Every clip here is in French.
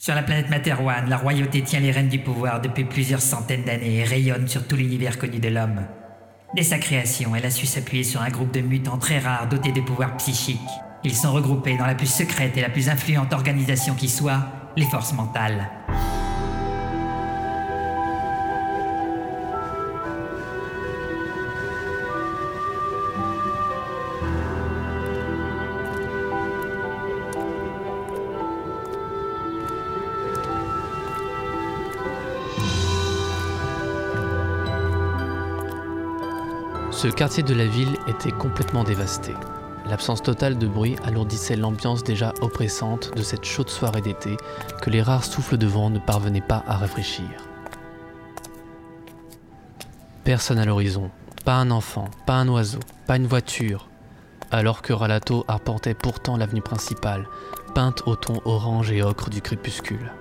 Sur la planète Materwan, la royauté tient les rênes du pouvoir depuis plusieurs centaines d'années et rayonne sur tout l'univers connu de l'homme. Dès sa création, elle a su s'appuyer sur un groupe de mutants très rares dotés de pouvoirs psychiques. Ils sont regroupés dans la plus secrète et la plus influente organisation qui soit, les forces mentales. Ce quartier de la ville était complètement dévasté. L'absence totale de bruit alourdissait l'ambiance déjà oppressante de cette chaude soirée d'été que les rares souffles de vent ne parvenaient pas à rafraîchir. Personne à l'horizon, pas un enfant, pas un oiseau, pas une voiture, alors que Ralato arpentait pourtant l'avenue principale, peinte au ton orange et ocre du crépuscule.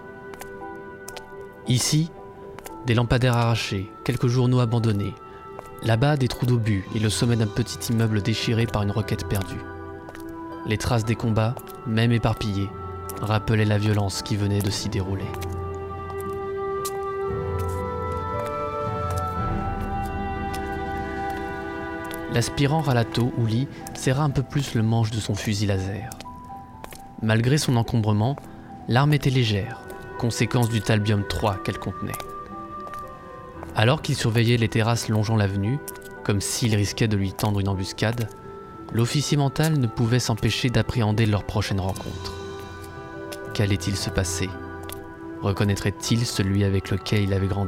Ici, des lampadaires arrachés, quelques journaux abandonnés, là-bas, des trous d'obus et le sommet d'un petit immeuble déchiré par une roquette perdue. Les traces des combats, même éparpillées, rappelaient la violence qui venait de s'y dérouler. L'aspirant Ralato Uli serra un peu plus le manche de son fusil laser. Malgré son encombrement, l'arme était légère, conséquence du Talbium 3 qu'elle contenait. Alors qu'il surveillait les terrasses longeant l'avenue, comme s'il risquait de lui tendre une embuscade, l'officier mental ne pouvait s'empêcher d'appréhender leur prochaine rencontre. Qu'allait-il se passer ? Reconnaîtrait-il celui avec lequel il avait grandi ?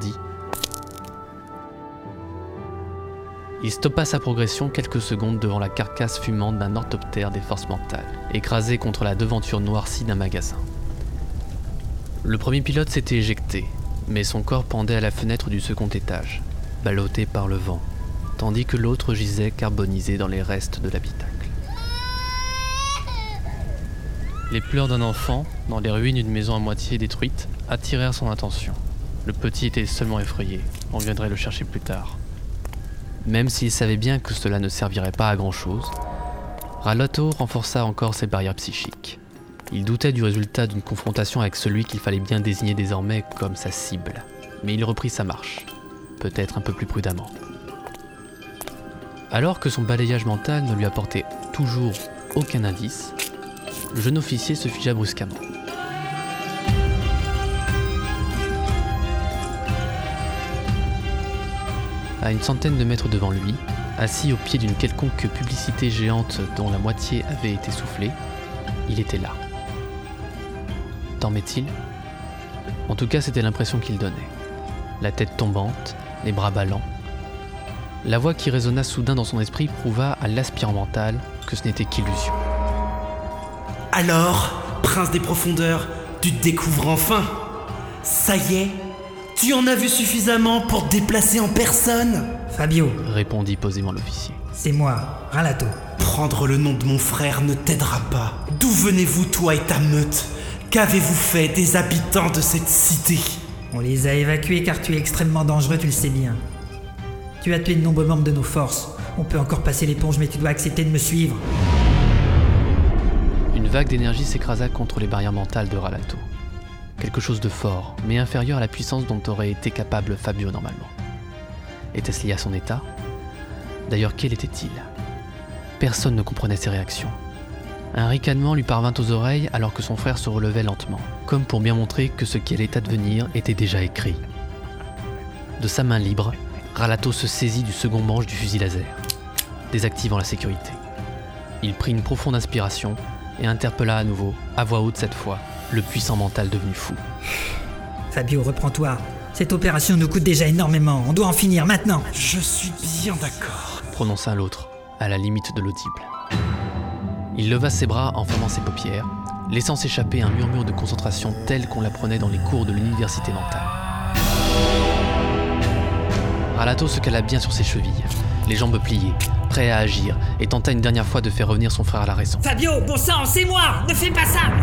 Il stoppa sa progression quelques secondes devant la carcasse fumante d'un orthoptère des forces mentales, écrasé contre la devanture noircie d'un magasin. Le premier pilote s'était éjecté, mais son corps pendait à la fenêtre du second étage, ballotté par le vent, tandis que l'autre gisait carbonisé dans les restes de l'habitacle. Les pleurs d'un enfant, dans les ruines d'une maison à moitié détruite, attirèrent son attention. Le petit était seulement effrayé, on viendrait le chercher plus tard. Même s'il savait bien que cela ne servirait pas à grand-chose, Ralato renforça encore ses barrières psychiques. Il doutait du résultat d'une confrontation avec celui qu'il fallait bien désigner désormais comme sa cible. Mais il reprit sa marche, peut-être un peu plus prudemment. Alors que son balayage mental ne lui apportait toujours aucun indice, le jeune officier se figea brusquement. À une centaine de mètres devant lui, assis au pied d'une quelconque publicité géante dont la moitié avait été soufflée, il était là. Dormait-il ? En tout cas, c'était l'impression qu'il donnait. La tête tombante, les bras ballants. La voix qui résonna soudain dans son esprit prouva à l'aspirant mental que ce n'était qu'illusion. Alors, prince des profondeurs, tu te découvres enfin. Ça y est, tu en as vu suffisamment pour te déplacer en personne ? Fabio, répondit posément l'officier. C'est moi, Ralato. Prendre le nom de mon frère ne t'aidera pas. D'où venez-vous, toi et ta meute ? Qu'avez-vous fait des habitants de cette cité ? On les a évacués car tu es extrêmement dangereux, tu le sais bien. Tu as tué de nombreux membres de nos forces. On peut encore passer l'éponge, mais tu dois accepter de me suivre. Une vague d'énergie s'écrasa contre les barrières mentales de Ralato. Quelque chose de fort, mais inférieur à la puissance dont aurait été capable Fabio normalement. Était-ce lié à son état ? D'ailleurs, quel était-il ? Personne ne comprenait ses réactions. Un ricanement lui parvint aux oreilles alors que son frère se relevait lentement, comme pour bien montrer que ce qui allait advenir était déjà écrit. De sa main libre, Ralato se saisit du second manche du fusil laser, désactivant la sécurité. Il prit une profonde inspiration et interpella à nouveau, à voix haute cette fois, le puissant mental devenu fou. Fabio, reprends-toi. Cette opération nous coûte déjà énormément. On doit en finir maintenant. Je suis bien d'accord, prononça l'autre, à la limite de l'audible. Il leva ses bras en fermant ses paupières, laissant s'échapper un murmure de concentration tel qu'on l'apprenait dans les cours de l'université mentale. Ralato se cala bien sur ses chevilles, les jambes pliées, prêt à agir, et tenta une dernière fois de faire revenir son frère à la raison. Fabio, bon sang, c'est moi! Ne fais pas ça!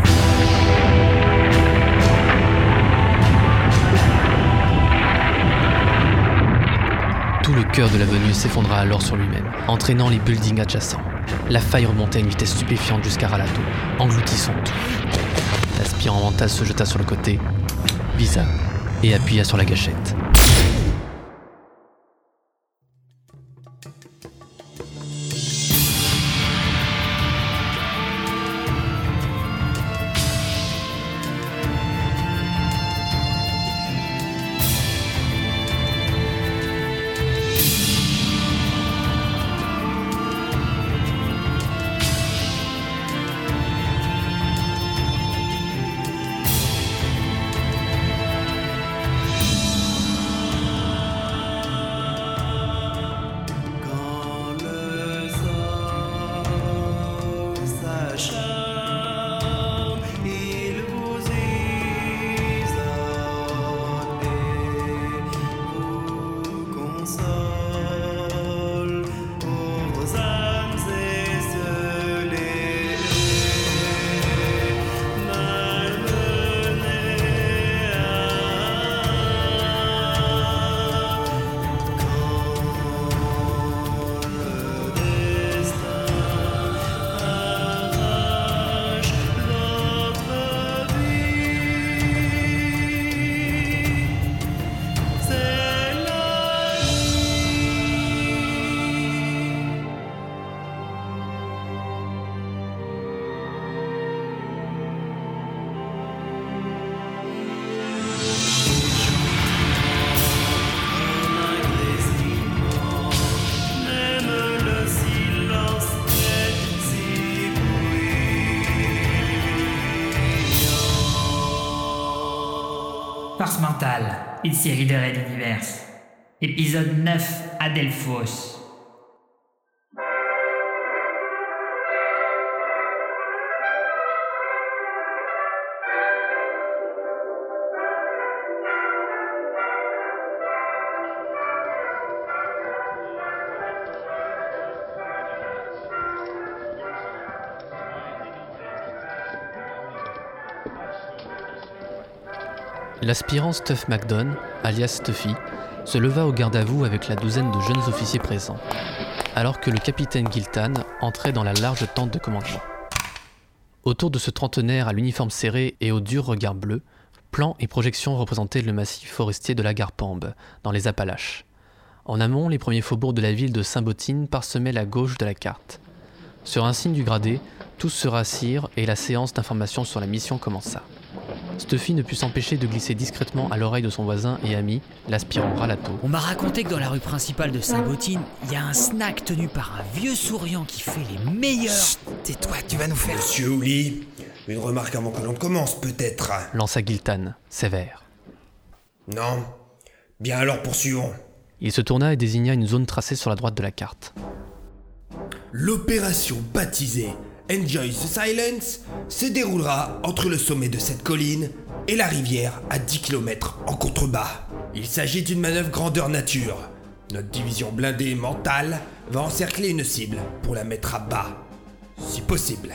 Tout le cœur de l'avenue s'effondra alors sur lui-même, entraînant les buildings adjacents. La faille remontait à une vitesse stupéfiante jusqu'à Ralato, engloutissant tout. L'aspirant mental se jeta sur le côté, visa et appuya sur la gâchette. Force mentale, une série de Red Universe. Épisode 9, Adelphos. L'aspirant Stuff McDonne, alias Stuffy, se leva au garde-à-vous avec la douzaine de jeunes officiers présents, alors que le capitaine Giltan entrait dans la large tente de commandement. Autour de ce trentenaire à l'uniforme serré et au dur regard bleu, plans et projections représentaient le massif forestier de la Garpambe, dans les Appalaches. En amont, les premiers faubourgs de la ville de Saint-Bottine parsemaient la gauche de la carte. Sur un signe du gradé, tous se rassirent et la séance d'information sur la mission commença. Stuffy ne put s'empêcher de glisser discrètement à l'oreille de son voisin et ami, l'aspirant Ralato. On m'a raconté que dans la rue principale de Saint-Bottine, il y a un snack tenu par un vieux souriant qui fait les meilleurs... Chut, tais-toi, tu vas nous faire... Monsieur Ouli, une remarque avant que l'on ne commence, peut-être. Lança Giltan, sévère. Non. Bien alors, poursuivons. Il se tourna et désigna une zone tracée sur la droite de la carte. L'opération baptisée Enjoy the Silence se déroulera entre le sommet de cette colline et la rivière à 10 km en contrebas. Il s'agit d'une manœuvre grandeur nature. Notre division blindée mentale va encercler une cible pour la mettre à bas, si possible.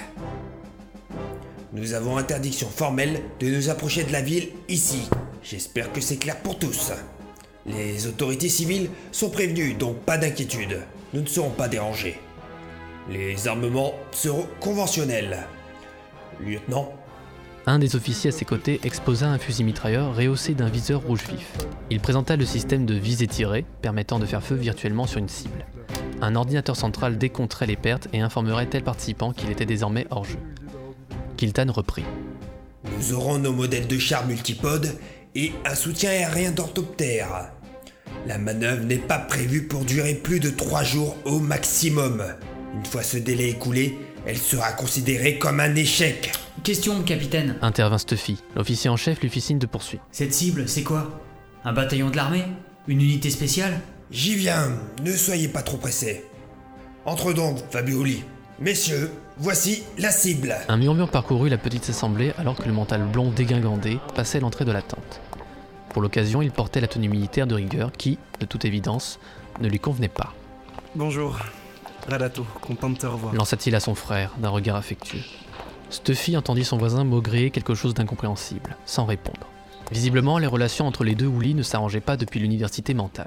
Nous avons interdiction formelle de nous approcher de la ville ici. J'espère que c'est clair pour tous. Les autorités civiles sont prévenues, donc pas d'inquiétude. Nous ne serons pas dérangés. Les armements seront conventionnels. Lieutenant. Un des officiers à ses côtés exposa un fusil mitrailleur rehaussé d'un viseur rouge vif. Il présenta le système de visée tirée, permettant de faire feu virtuellement sur une cible. Un ordinateur central décompterait les pertes et informerait tel participant qu'il était désormais hors jeu. Giltan reprit. Nous aurons nos modèles de chars multipodes et un soutien aérien d'orthoptère. La manœuvre n'est pas prévue pour durer plus de 3 jours au maximum. Une fois ce délai écoulé, elle sera considérée comme un échec. Question, capitaine. Intervint Stuffy. L'officier en chef lui fit signe de poursuivre. Cette cible, c'est quoi? Un bataillon de l'armée? Une unité spéciale? J'y viens, ne soyez pas trop pressés. Entre donc, Fabioli. Messieurs, voici la cible. Un murmure parcourut la petite assemblée alors que le mental blond dégingandé passait l'entrée de la tente. Pour l'occasion, il portait la tenue militaire de rigueur qui, de toute évidence, ne lui convenait pas. Bonjour, Ralato, content de te revoir. Lança-t-il à son frère, d'un regard affectueux. Stuffy entendit son voisin maugréer quelque chose d'incompréhensible, sans répondre. Visiblement, les relations entre les deux Ouli ne s'arrangeaient pas depuis l'université mentale.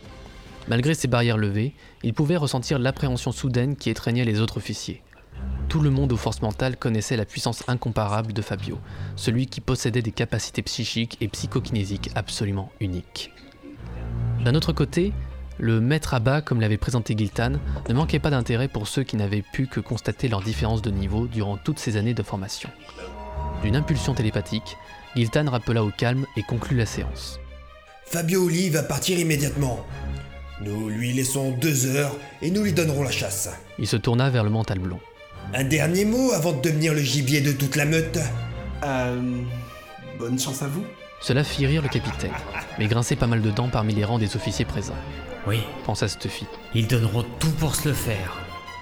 Malgré ses barrières levées, il pouvait ressentir l'appréhension soudaine qui étreignait les autres officiers. tout le monde aux forces mentales connaissait la puissance incomparable de Fabio, celui qui possédait des capacités psychiques et psychokinésiques absolument uniques. D'un autre côté, le maître à bas, comme l'avait présenté Giltan, ne manquait pas d'intérêt pour ceux qui n'avaient pu que constater leur différence de niveau durant toutes ces années de formation. D'une impulsion télépathique, Giltan rappela au calme et conclut la séance. Fabio Uli va partir immédiatement. Nous lui laissons 2 heures et nous lui donnerons la chasse. Il se tourna vers le mental blond. Un dernier mot avant de devenir le gibier de toute la meute. Bonne chance à vous. Cela fit rire le capitaine, mais grinçait pas mal de dents parmi les rangs des officiers présents. Oui, Pensa Stuffy. ils donneront tout pour se le faire.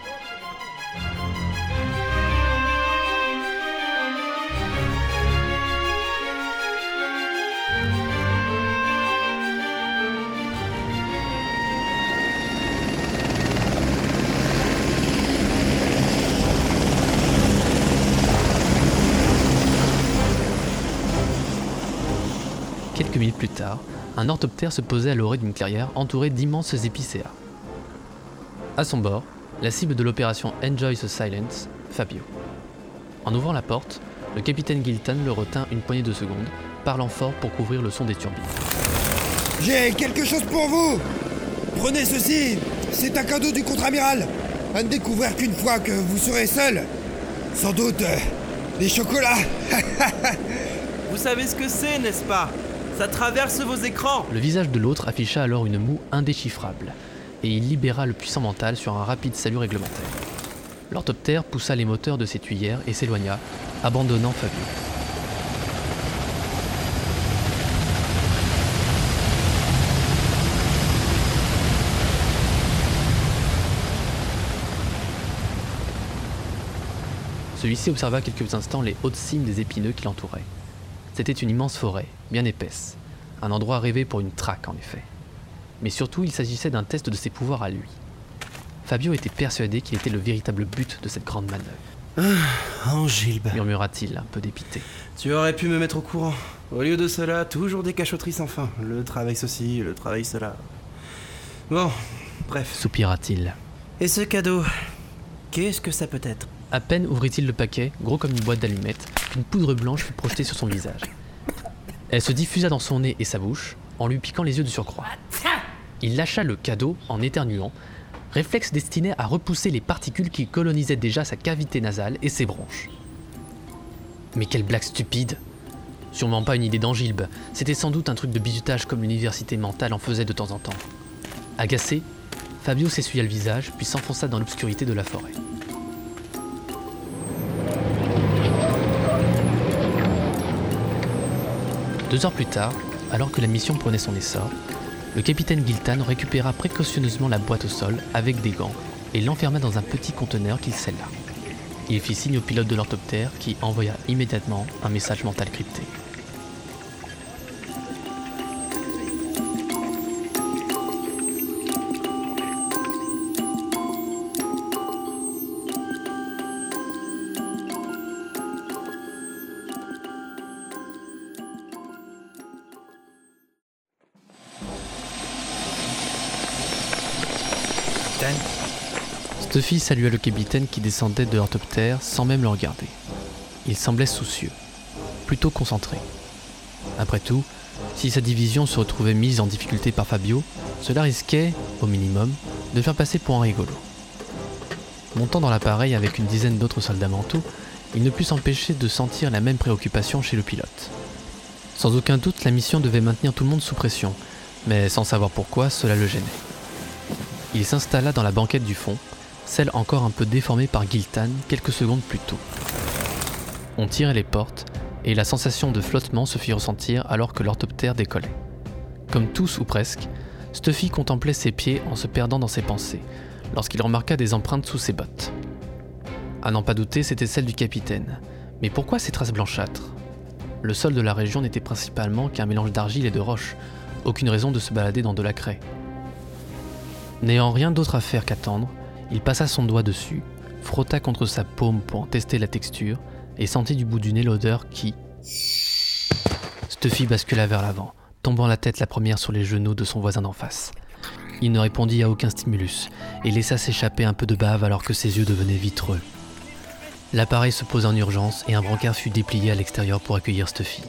Quelques minutes plus tard, un orthoptère se posait à l'orée d'une clairière entourée d'immenses épicéas. À son bord, la cible de l'opération Enjoy the Silence, Fabio. En ouvrant la porte, le capitaine Giltan le retint une poignée de secondes, parlant fort pour couvrir le son des turbines. J'ai quelque chose pour vous. Prenez ceci. C'est un cadeau du contre-amiral. À ne découvrir qu'une fois que vous serez seul. Sans doute des chocolats. Vous savez ce que c'est, n'est-ce pas? Ça traverse vos écrans. Le visage de l'autre afficha alors une moue indéchiffrable, et il libéra le puissant mental sur un rapide salut réglementaire. L'orthoptère poussa les moteurs de ses tuyères et s'éloigna, abandonnant Fabio. Celui-ci observa quelques instants les hautes cimes des épineux qui l'entouraient. C'était une immense forêt, bien épaisse. Un endroit rêvé pour une traque, en effet. Mais surtout, il s'agissait d'un test de ses pouvoirs à lui. Fabio était persuadé qu'il était le véritable but de cette grande manœuvre. Angilbe, Murmura-t-il, un peu dépité. tu aurais pu me mettre au courant. Au lieu de cela, toujours des cachotteries sans fin. Le travail ceci, le travail cela. Bon, bref. Soupira-t-il. Et ce cadeau, qu'est-ce que ça peut être? À peine ouvrit-il le paquet, gros comme une boîte d'allumettes, qu'une poudre blanche fut projetée sur son visage. Elle se diffusa dans son nez et sa bouche, en lui piquant les yeux de surcroît. Il lâcha le cadeau en éternuant, réflexe destiné à repousser les particules qui colonisaient déjà sa cavité nasale et ses bronches. Mais quelle blague stupide! Sûrement pas une idée d'Angilbe, c'était sans doute un truc de bizutage comme l'université mentale en faisait de temps en temps. Agacé, Fabio s'essuya le visage puis s'enfonça dans l'obscurité de la forêt. Deux heures plus tard, alors que la mission prenait son essor, le capitaine Giltan récupéra précautionneusement la boîte au sol avec des gants et l'enferma dans un petit conteneur qu'il scella. Il fit signe au pilote de l'orthoptère qui envoya immédiatement un message mental crypté. Stuffy salua le capitaine qui descendait de l'orthoptère sans même le regarder. Il semblait soucieux, plutôt concentré. Après tout, si sa division se retrouvait mise en difficulté par Fabio, cela risquait, au minimum, de faire passer pour un rigolo. Montant dans l'appareil avec une dizaine d'autres soldats mentaux, il ne put s'empêcher de sentir la même préoccupation chez le pilote. Sans aucun doute, la mission devait maintenir tout le monde sous pression, mais sans savoir pourquoi, cela le gênait. Il s'installa dans la banquette du fond, celle encore un peu déformée par Giltan quelques secondes plus tôt. On tirait les portes, et la sensation de flottement se fit ressentir alors que l'orthoptère décollait. Comme tous ou presque, Stuffy contemplait ses pieds en se perdant dans ses pensées, lorsqu'il remarqua des empreintes sous ses bottes. À n'en pas douter, c'était celle du capitaine. Mais pourquoi ces traces blanchâtres? Le sol de la région n'était principalement qu'un mélange d'argile et de roches, aucune raison de se balader dans de la craie. N'ayant rien d'autre à faire qu'attendre, il passa son doigt dessus, frotta contre sa paume pour en tester la texture, et sentit du bout du nez l'odeur qui... Stuffy bascula vers l'avant, tombant la tête la première sur les genoux de son voisin d'en face. Il ne répondit à aucun stimulus, et laissa s'échapper un peu de bave alors que ses yeux devenaient vitreux. L'appareil se posa en urgence et un brancard fut déplié à l'extérieur pour accueillir Stuffy.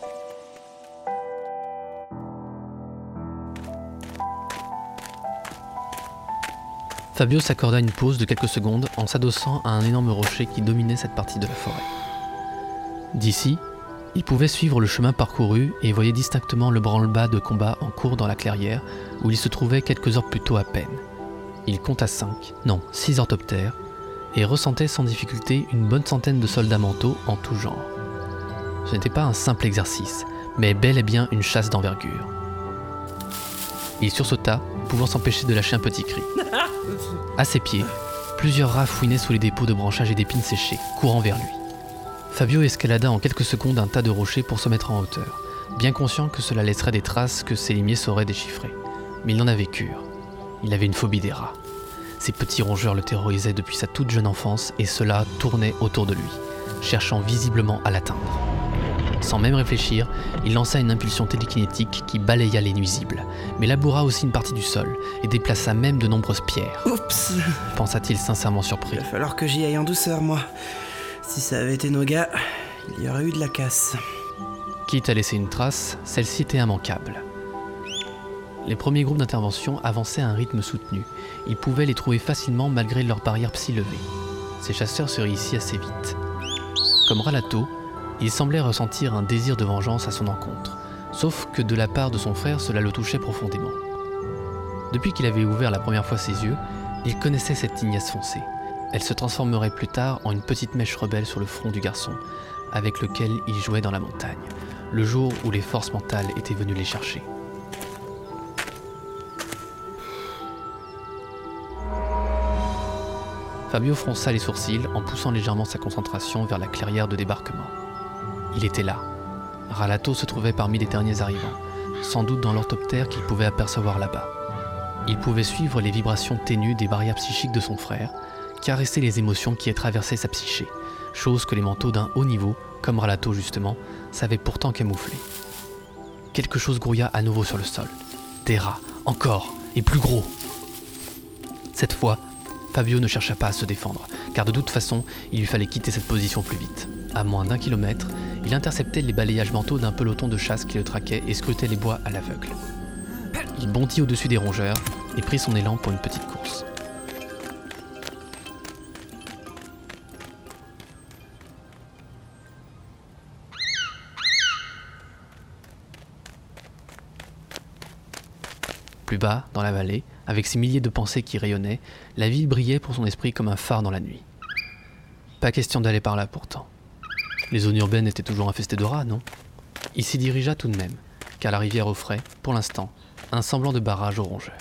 Fabio s'accorda une pause de quelques secondes en s'adossant à un énorme rocher qui dominait cette partie de la forêt. D'ici, il pouvait suivre le chemin parcouru et voyait distinctement le branle-bas de combat en cours dans la clairière où il se trouvait quelques heures plus tôt à peine. Il compta 6 orthoptères et ressentait sans difficulté une bonne centaine de soldats mentaux en tout genre. Ce n'était pas un simple exercice, mais bel et bien une chasse d'envergure. Il sursauta, pouvant s'empêcher de lâcher un petit cri. À ses pieds, plusieurs rats fouinaient sous les dépôts de branchages et d'épines séchées, courant vers lui. Fabio escalada en quelques secondes un tas de rochers pour se mettre en hauteur, bien conscient que cela laisserait des traces que ses limiers sauraient déchiffrer. Mais il n'en avait cure. Il avait une phobie des rats. Ces petits rongeurs le terrorisaient depuis sa toute jeune enfance et cela tournait autour de lui, cherchant visiblement à l'atteindre. Sans même réfléchir, il lança une impulsion télékinétique qui balaya les nuisibles, mais laboura aussi une partie du sol et déplaça même de nombreuses pierres. Oups, Pensa-t-il sincèrement surpris. il va falloir que j'y aille en douceur, moi. Si ça avait été nos gars, il y aurait eu de la casse. Quitte à laisser une trace, celle-ci était immanquable. Les premiers groupes d'intervention avançaient à un rythme soutenu. Ils pouvaient les trouver facilement malgré leur barrière psy levée. Ces chasseurs se réussissaient assez vite. Comme Ralato, il semblait ressentir un désir de vengeance à son encontre, sauf que de la part de son frère, cela le touchait profondément. Depuis qu'il avait ouvert la première fois ses yeux, il connaissait cette tignasse foncée. Elle se transformerait plus tard en une petite mèche rebelle sur le front du garçon, avec lequel il jouait dans la montagne, le jour où les forces mentales étaient venues les chercher. Fabio fronça les sourcils en poussant légèrement sa concentration vers la clairière de débarquement. Il était là. Ralato se trouvait parmi les derniers arrivants, sans doute dans l'orthoptère qu'il pouvait apercevoir là-bas. Il pouvait suivre les vibrations ténues des barrières psychiques de son frère, caresser les émotions qui traversaient sa psyché, chose que les manteaux d'un haut niveau, comme Ralato justement, savaient pourtant camoufler. Quelque chose grouilla à nouveau sur le sol. Des rats, encore, et plus gros. Cette fois, Fabio ne chercha pas à se défendre, car de toute façon, il lui fallait quitter cette position plus vite. À moins d'1 kilomètre, il interceptait les balayages mentaux d'un peloton de chasse qui le traquait et scrutait les bois à l'aveugle. Il bondit au-dessus des rongeurs et prit son élan pour une petite course. Plus bas, dans la vallée, avec ses milliers de pensées qui rayonnaient, la ville brillait pour son esprit comme un phare dans la nuit. Pas question d'aller par là pourtant. Les zones urbaines étaient toujours infestées de rats, non ? Il s'y dirigea tout de même, car la rivière offrait, pour l'instant, un semblant de barrage aux rongeurs.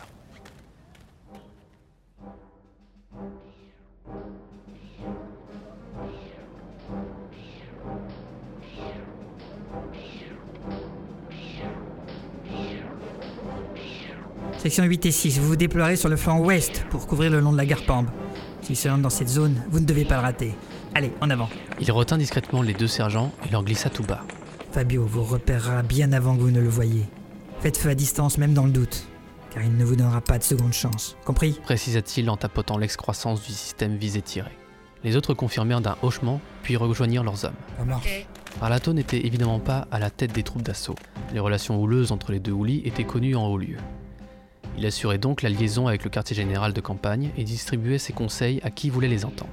Section 8 et 6, vous vous déploierez sur le flanc ouest pour couvrir le long de la Garpambe. S'ils se rendent dans cette zone, vous ne devez pas le rater. Allez, en avant. Il retint discrètement les deux sergents et leur glissa tout bas. Fabio vous repérera bien avant que vous ne le voyiez. Faites feu à distance, même dans le doute, car il ne vous donnera pas de seconde chance. Compris ? Précisa-t-il en tapotant l'excroissance du système visé-tiré. Les autres confirmèrent d'un hochement, puis rejoignirent leurs hommes. Ça marche. Ralato n'était évidemment pas à la tête des troupes d'assaut. Les relations houleuses entre les deux houlis étaient connues en haut lieu. Il assurait donc la liaison avec le quartier général de campagne et distribuait ses conseils à qui voulait les entendre.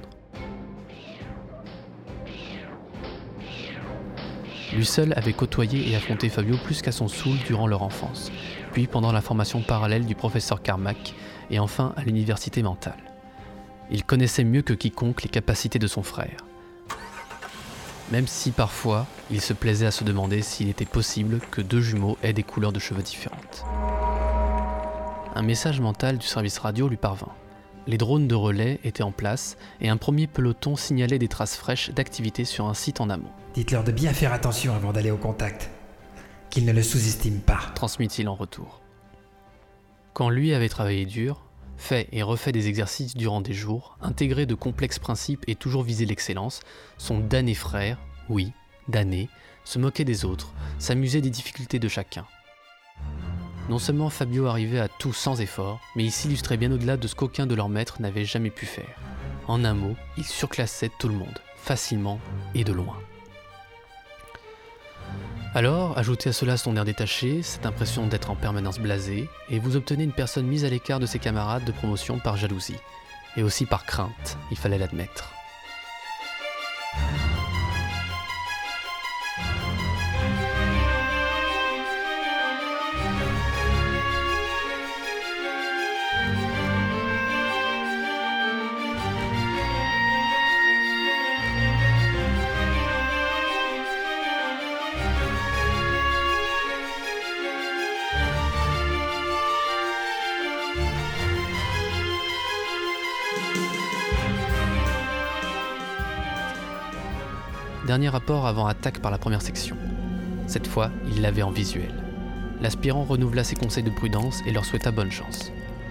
Lui seul avait côtoyé et affronté Fabio plus qu'à son soul durant leur enfance, puis pendant la formation parallèle du professeur Carmack et enfin à l'université mentale. Il connaissait mieux que quiconque les capacités de son frère. Même si parfois, il se plaisait à se demander s'il était possible que deux jumeaux aient des couleurs de cheveux différentes. Un message mental du service radio lui parvint. Les drones de relais étaient en place et un premier peloton signalait des traces fraîches d'activité sur un site en amont. Dites-leur de bien faire attention avant d'aller au contact. Qu'ils ne le sous-estiment pas. Transmit-il en retour. Quand lui avait travaillé dur, fait et refait des exercices durant des jours, intégré de complexes principes et toujours visé l'excellence, son damné frère, oui, damné, se moquait des autres, s'amusait des difficultés de chacun. Non seulement Fabio arrivait à tout sans effort, mais il s'illustrait bien au-delà de ce qu'aucun de leurs maîtres n'avait jamais pu faire. En un mot, il surclassait tout le monde, facilement et de loin. Alors, ajoutez à cela son air détaché, cette impression d'être en permanence blasé, et vous obtenez une personne mise à l'écart de ses camarades de promotion par jalousie, et aussi par crainte, il fallait l'admettre. Dernier rapport avant attaque par la première section. Cette fois, il l'avait en visuel. L'aspirant renouvela ses conseils de prudence et leur souhaita bonne chance.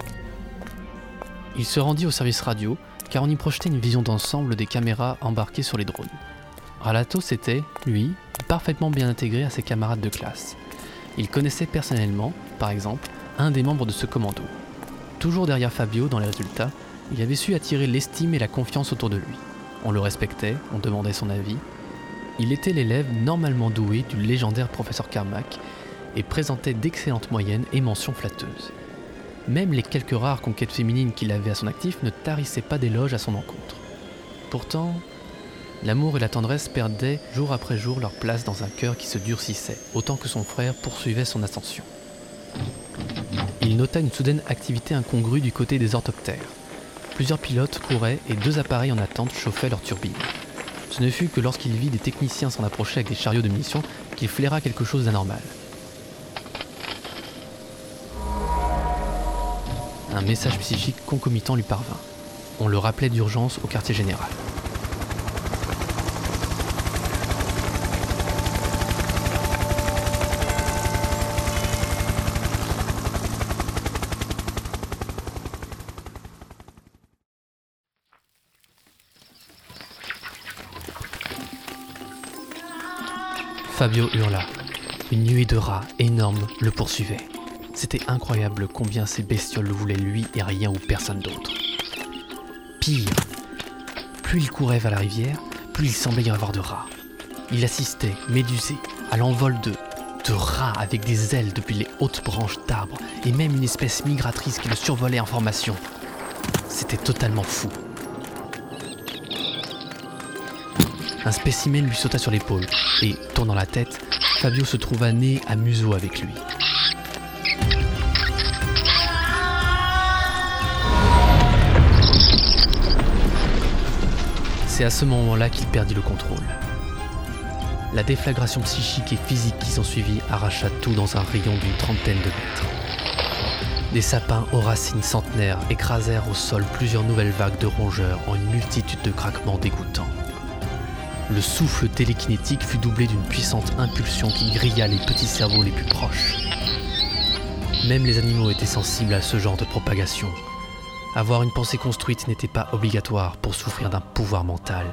Il se rendit au service radio, car on y projetait une vision d'ensemble des caméras embarquées sur les drones. Ralato s'était, lui, parfaitement bien intégré à ses camarades de classe. Il connaissait personnellement, par exemple, un des membres de ce commando. Toujours derrière Fabio dans les résultats, il avait su attirer l'estime et la confiance autour de lui. On le respectait, on demandait son avis. Il était l'élève normalement doué du légendaire professeur Carmack et présentait d'excellentes moyennes et mentions flatteuses. Même les quelques rares conquêtes féminines qu'il avait à son actif ne tarissaient pas d'éloges à son encontre. Pourtant, l'amour et la tendresse perdaient jour après jour leur place dans un cœur qui se durcissait, autant que son frère poursuivait son ascension. Il nota une soudaine activité incongrue du côté des orthoptères. Plusieurs pilotes couraient et 2 appareils en attente chauffaient leurs turbines. Ce ne fut que lorsqu'il vit des techniciens s'en approcher avec des chariots de munitions qu'il flaira quelque chose d'anormal. Un message psychique concomitant lui parvint. On le rappelait d'urgence au quartier général. Fabio hurla. Une nuée de rats énormes le poursuivait. C'était incroyable combien ces bestioles le voulaient lui et rien ou personne d'autre. Pire, plus il courait vers la rivière, plus il semblait y avoir de rats. Il assistait, médusé, à l'envol de rats avec des ailes depuis les hautes branches d'arbres et même une espèce migratrice qui le survolait en formation. C'était totalement fou. Un spécimen lui sauta sur l'épaule et, tournant la tête, Fabio se trouva nez à museau avec lui. C'est à ce moment-là qu'il perdit le contrôle. La déflagration psychique et physique qui s'ensuivit arracha tout dans un rayon d'une trentaine de mètres. Des sapins aux racines centenaires écrasèrent au sol plusieurs nouvelles vagues de rongeurs en une multitude de craquements dégoûtants. Le souffle télékinétique fut doublé d'une puissante impulsion qui grilla les petits cerveaux les plus proches. Même les animaux étaient sensibles à ce genre de propagation. Avoir une pensée construite n'était pas obligatoire pour souffrir d'un pouvoir mental.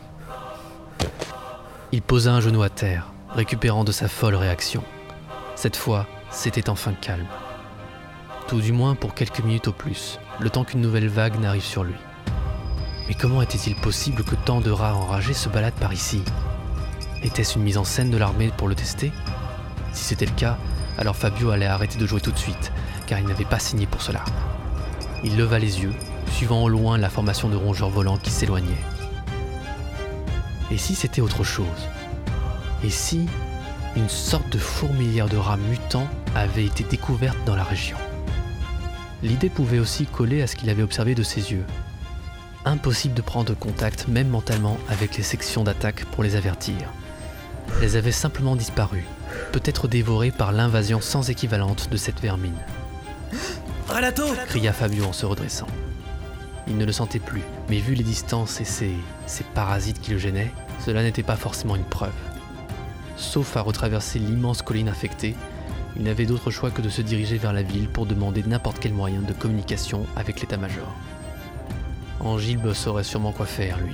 Il posa un genou à terre, récupérant de sa folle réaction. Cette fois, c'était enfin calme. Tout du moins pour quelques minutes au plus, le temps qu'une nouvelle vague n'arrive sur lui. Mais comment était-il possible que tant de rats enragés se baladent par ici ? Était-ce une mise en scène de l'armée pour le tester ? Si c'était le cas, alors Fabio allait arrêter de jouer tout de suite, car il n'avait pas signé pour cela. Il leva les yeux, suivant au loin la formation de rongeurs volants qui s'éloignaient. Et si c'était autre chose ? Et si une sorte de fourmilière de rats mutants avait été découverte dans la région ? L'idée pouvait aussi coller à ce qu'il avait observé de ses yeux. Impossible de prendre contact, même mentalement, avec les sections d'attaque pour les avertir. Elles avaient simplement disparu, peut-être dévorées par l'invasion sans équivalente de cette vermine. « Ralato !» cria Fabio en se redressant. Il ne le sentait plus, mais vu les distances et ces parasites qui le gênaient, cela n'était pas forcément une preuve. Sauf à retraverser l'immense colline infectée, il n'avait d'autre choix que de se diriger vers la ville pour demander n'importe quel moyen de communication avec l'état-major. Angilbe saurait sûrement quoi faire, lui.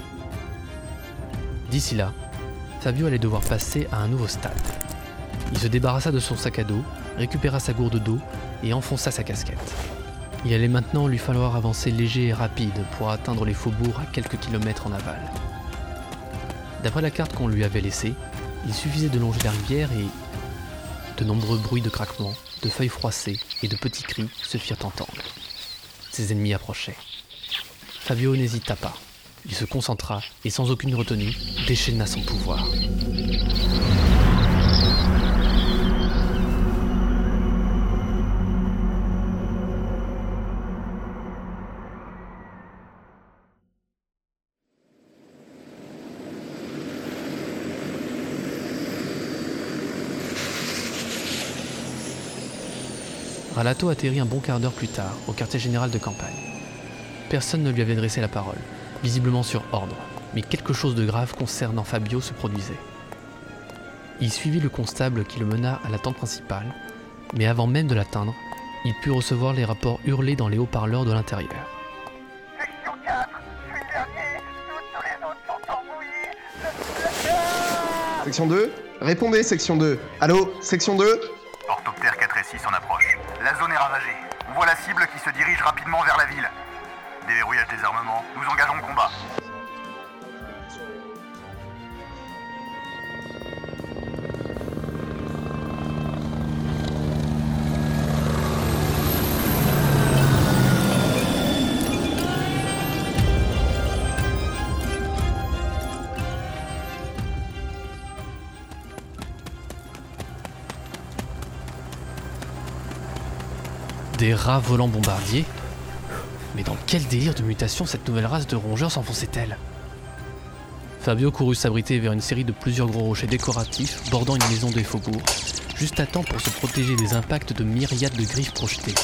D'ici là, Fabio allait devoir passer à un nouveau stade. Il se débarrassa de son sac à dos, récupéra sa gourde d'eau et enfonça sa casquette. Il allait maintenant lui falloir avancer léger et rapide pour atteindre les faubourgs à quelques kilomètres en aval. D'après la carte qu'on lui avait laissée, il suffisait de longer la rivière et de nombreux bruits de craquements, de feuilles froissées et de petits cris se firent entendre. Ses ennemis approchaient. Fabio n'hésita pas. Il se concentra et sans aucune retenue, déchaîna son pouvoir. Ralato atterrit un bon quart d'heure plus tard, au quartier général de campagne. Personne ne lui avait dressé la parole, visiblement sur ordre, mais quelque chose de grave concernant Fabio se produisait. Il suivit le constable qui le mena à la tente principale, mais avant même de l'atteindre, il put recevoir les rapports hurlés dans les haut-parleurs de l'intérieur. Section 4, je suis le dernier, tous les autres sont embrouillés. Section 2 ? Répondez, section 2. Allô, section 2 ? Orthoptère 4 et 6 en approche. La zone est ravagée. On voit la cible qui se dirige rapidement vers la ville. Déverrouillage des armements, nous engageons le combat. Des rats volants bombardiers ? Mais dans quel délire de mutation cette nouvelle race de rongeurs s'enfonçait-elle ? Fabio courut s'abriter vers une série de plusieurs gros rochers décoratifs bordant une maison des faubourgs, juste à temps pour se protéger des impacts de myriades de griffes projetées.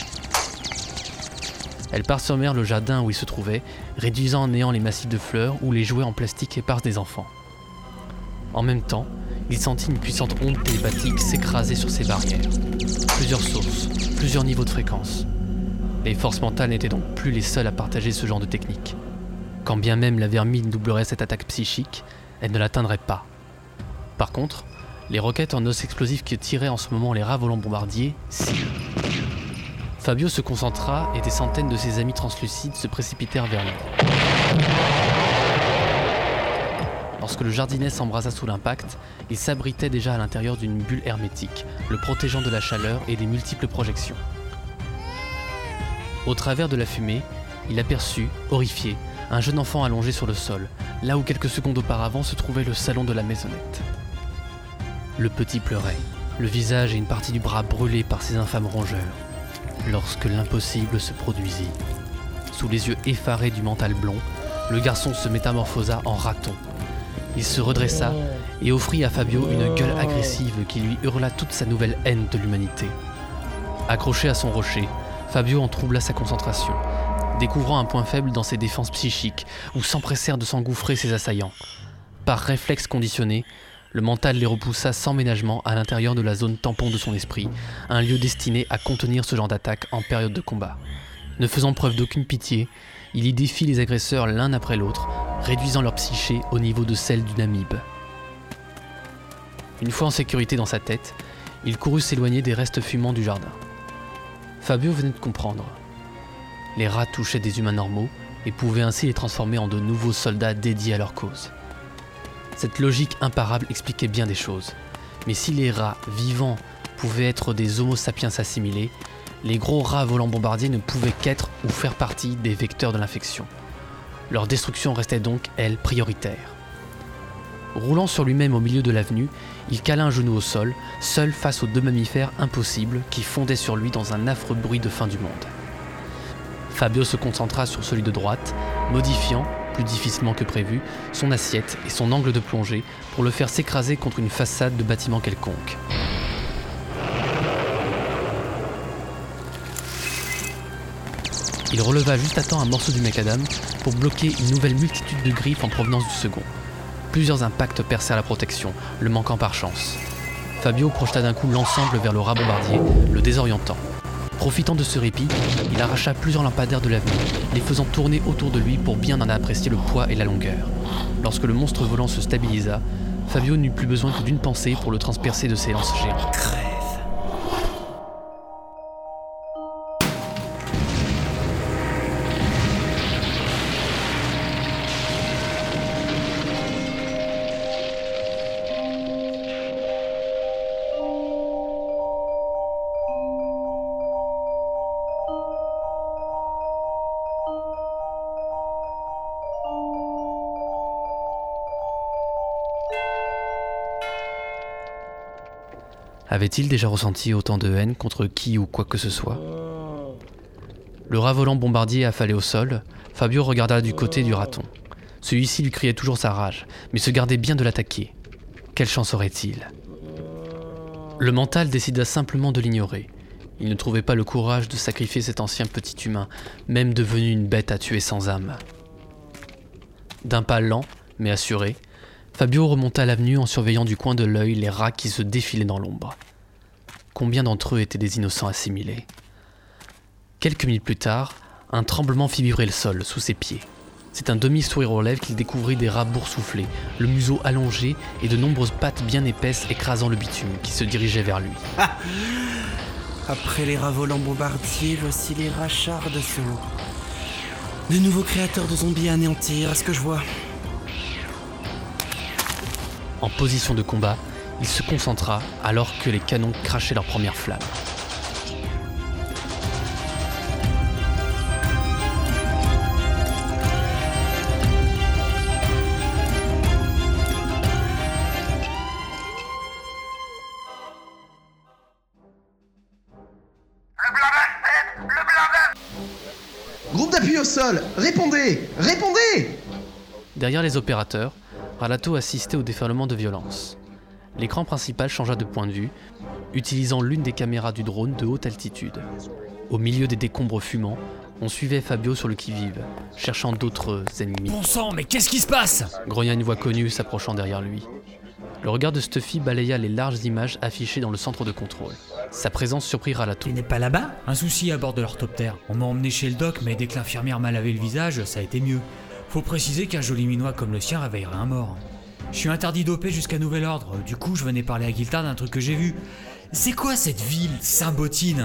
Elles parsemèrent le jardin où il se trouvait, réduisant en néant les massifs de fleurs ou les jouets en plastique éparses des enfants. En même temps, il sentit une puissante onde télépathique s'écraser sur ses barrières. Plusieurs sources, plusieurs niveaux de fréquence. Les forces mentales n'étaient donc plus les seules à partager ce genre de technique. Quand bien même la vermine doublerait cette attaque psychique, elle ne l'atteindrait pas. Par contre, les roquettes en os explosifs que tiraient en ce moment les rats volants bombardiers, si. Fabio se concentra et des centaines de ses amis translucides se précipitèrent vers lui. Lorsque le jardinet s'embrasa sous l'impact, il s'abritait déjà à l'intérieur d'une bulle hermétique, le protégeant de la chaleur et des multiples projections. Au travers de la fumée, il aperçut, horrifié, un jeune enfant allongé sur le sol, là où quelques secondes auparavant se trouvait le salon de la maisonnette. Le petit pleurait, le visage et une partie du bras brûlés par ces infâmes rongeurs, lorsque l'impossible se produisit. Sous les yeux effarés du mental blond, le garçon se métamorphosa en raton. Il se redressa et offrit à Fabio une gueule agressive qui lui hurla toute sa nouvelle haine de l'humanité. Accroché à son rocher, Fabio en troubla sa concentration, découvrant un point faible dans ses défenses psychiques où s'empressèrent de s'engouffrer ses assaillants. Par réflexe conditionné, le mental les repoussa sans ménagement à l'intérieur de la zone tampon de son esprit, un lieu destiné à contenir ce genre d'attaque en période de combat. Ne faisant preuve d'aucune pitié, il y défie les agresseurs l'un après l'autre, réduisant leur psyché au niveau de celle d'une amibe. Une fois en sécurité dans sa tête, il courut s'éloigner des restes fumants du jardin. Fabio venait de comprendre. Les rats touchaient des humains normaux et pouvaient ainsi les transformer en de nouveaux soldats dédiés à leur cause. Cette logique imparable expliquait bien des choses, mais si les rats vivants pouvaient être des homo sapiens assimilés, les gros rats volants bombardiers ne pouvaient qu'être ou faire partie des vecteurs de l'infection. Leur destruction restait donc, elle, prioritaire. Roulant sur lui-même au milieu de l'avenue, il cala un genou au sol, seul face aux deux mammifères impossibles qui fondaient sur lui dans un affreux bruit de fin du monde. Fabio se concentra sur celui de droite, modifiant, plus difficilement que prévu, son assiette et son angle de plongée pour le faire s'écraser contre une façade de bâtiment quelconque. Il releva juste à temps un morceau du macadam pour bloquer une nouvelle multitude de griffes en provenance du second. Plusieurs impacts percèrent la protection, le manquant par chance. Fabio projeta d'un coup l'ensemble vers le rat bombardier, le désorientant. Profitant de ce répit, il arracha plusieurs lampadaires de l'avenue, les faisant tourner autour de lui pour bien en apprécier le poids et la longueur. Lorsque le monstre volant se stabilisa, Fabio n'eut plus besoin que d'une pensée pour le transpercer de ses lances géantes. Avait-il déjà ressenti autant de haine contre qui ou quoi que ce soit ? Le rat volant bombardier affalé au sol, Fabio regarda du côté du raton. Celui-ci lui criait toujours sa rage, mais se gardait bien de l'attaquer. Quelle chance aurait-il ? Le mental décida simplement de l'ignorer. Il ne trouvait pas le courage de sacrifier cet ancien petit humain, même devenu une bête à tuer sans âme. D'un pas lent, mais assuré, Fabio remonta l'avenue en surveillant du coin de l'œil les rats qui se défilaient dans l'ombre. Combien d'entre eux étaient des innocents assimilés ? Quelques minutes plus tard, un tremblement fit vibrer le sol sous ses pieds. C'est un demi-sourire aux lèvres qu'il découvrit des rats boursouflés, le museau allongé et de nombreuses pattes bien épaisses écrasant le bitume qui se dirigeaient vers lui. Ah ! Après les rats volants bombardiers, voici les rats chars d'assaut. De nouveaux créateurs de zombies à anéantir, à ce que je vois. En position de combat, il se concentra alors que les canons crachaient leurs premières flammes. Groupe d'appui au sol, répondez! Répondez! Derrière les opérateurs, Ralato assistait au déferlement de violence. L'écran principal changea de point de vue, utilisant l'une des caméras du drone de haute altitude. Au milieu des décombres fumants, on suivait Fabio sur le qui-vive, cherchant d'autres ennemis. Bon sang, mais qu'est-ce qui se passe ? Grogna une voix connue s'approchant derrière lui. Le regard de Stuffy balaya les larges images affichées dans le centre de contrôle. Sa présence surprit Ralato. Tu n'es pas là-bas ? Un souci à bord de l'orthoptère. On m'a emmené chez le doc, mais dès que l'infirmière m'a lavé le visage, ça a été mieux. Faut préciser qu'un joli minois comme le sien réveillerait un mort. Je suis interdit d'OP jusqu'à nouvel ordre. Du coup, je venais parler à Giltard d'un truc que j'ai vu. C'est quoi cette ville, Saint-Botine ?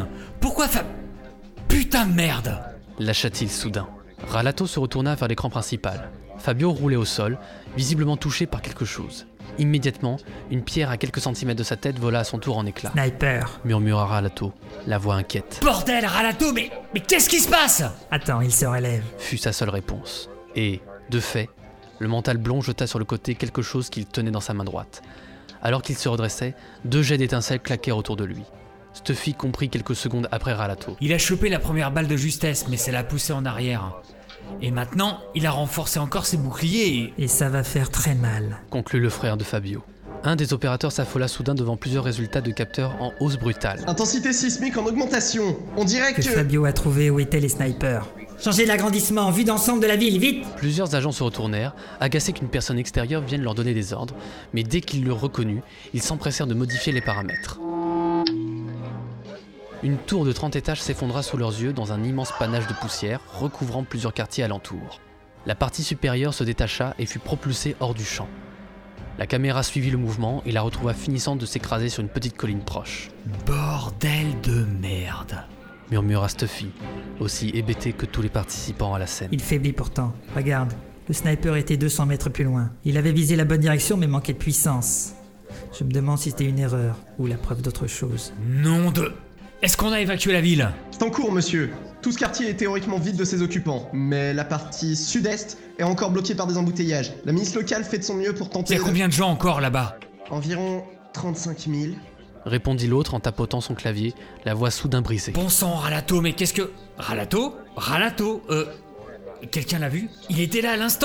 Pourquoi Putain de merde ! Lâcha-t-il soudain. Ralato se retourna vers l'écran principal. Fabio roulait au sol, visiblement touché par quelque chose. Immédiatement, une pierre à quelques centimètres de sa tête vola à son tour en éclats. Sniper. Murmura Ralato, la voix inquiète. Bordel, Ralato, mais qu'est-ce qui se passe ? Attends, il se relève. Fut sa seule réponse. Et, de fait, le mental blond jeta sur le côté quelque chose qu'il tenait dans sa main droite. Alors qu'il se redressait, 2 jets d'étincelles claquèrent autour de lui. Stuffy comprit quelques secondes après Ralato. Il a chopé la première balle de justesse, mais ça l'a poussé en arrière. Et maintenant, il a renforcé encore ses boucliers Et ça va faire très mal. Conclut le frère de Fabio. Un des opérateurs s'affola soudain devant plusieurs résultats de capteurs en hausse brutale. Intensité sismique en augmentation. On dirait Que que... Fabio a trouvé où étaient les snipers. Changez l'agrandissement, vue d'ensemble de la ville, vite ! Plusieurs agents se retournèrent, agacés qu'une personne extérieure vienne leur donner des ordres, mais dès qu'ils le reconnurent, ils s'empressèrent de modifier les paramètres. Une tour de 30 étages s'effondra sous leurs yeux dans un immense panache de poussière, recouvrant plusieurs quartiers alentours. La partie supérieure se détacha et fut propulsée hors du champ. La caméra suivit le mouvement et la retrouva finissant de s'écraser sur une petite colline proche. Bordel de merde, murmura Stuffy, aussi hébété que tous les participants à la scène. Il faiblit pourtant. Regarde, le sniper était 200 mètres plus loin. Il avait visé la bonne direction mais manquait de puissance. Je me demande si c'était une erreur ou la preuve d'autre chose. Nom de... Est-ce qu'on a évacué la ville ? C'est en cours, monsieur. Tout ce quartier est théoriquement vide de ses occupants, mais la partie sud-est est encore bloquée par des embouteillages. La milice locale fait de son mieux pour tenter... Il y a combien de gens encore là-bas ? Environ 35 000. Répondit l'autre en tapotant son clavier, la voix soudain brisée. Bon sang, Ralato, mais qu'est-ce que... Ralato ? Quelqu'un l'a vu ? Il était là à l'instant !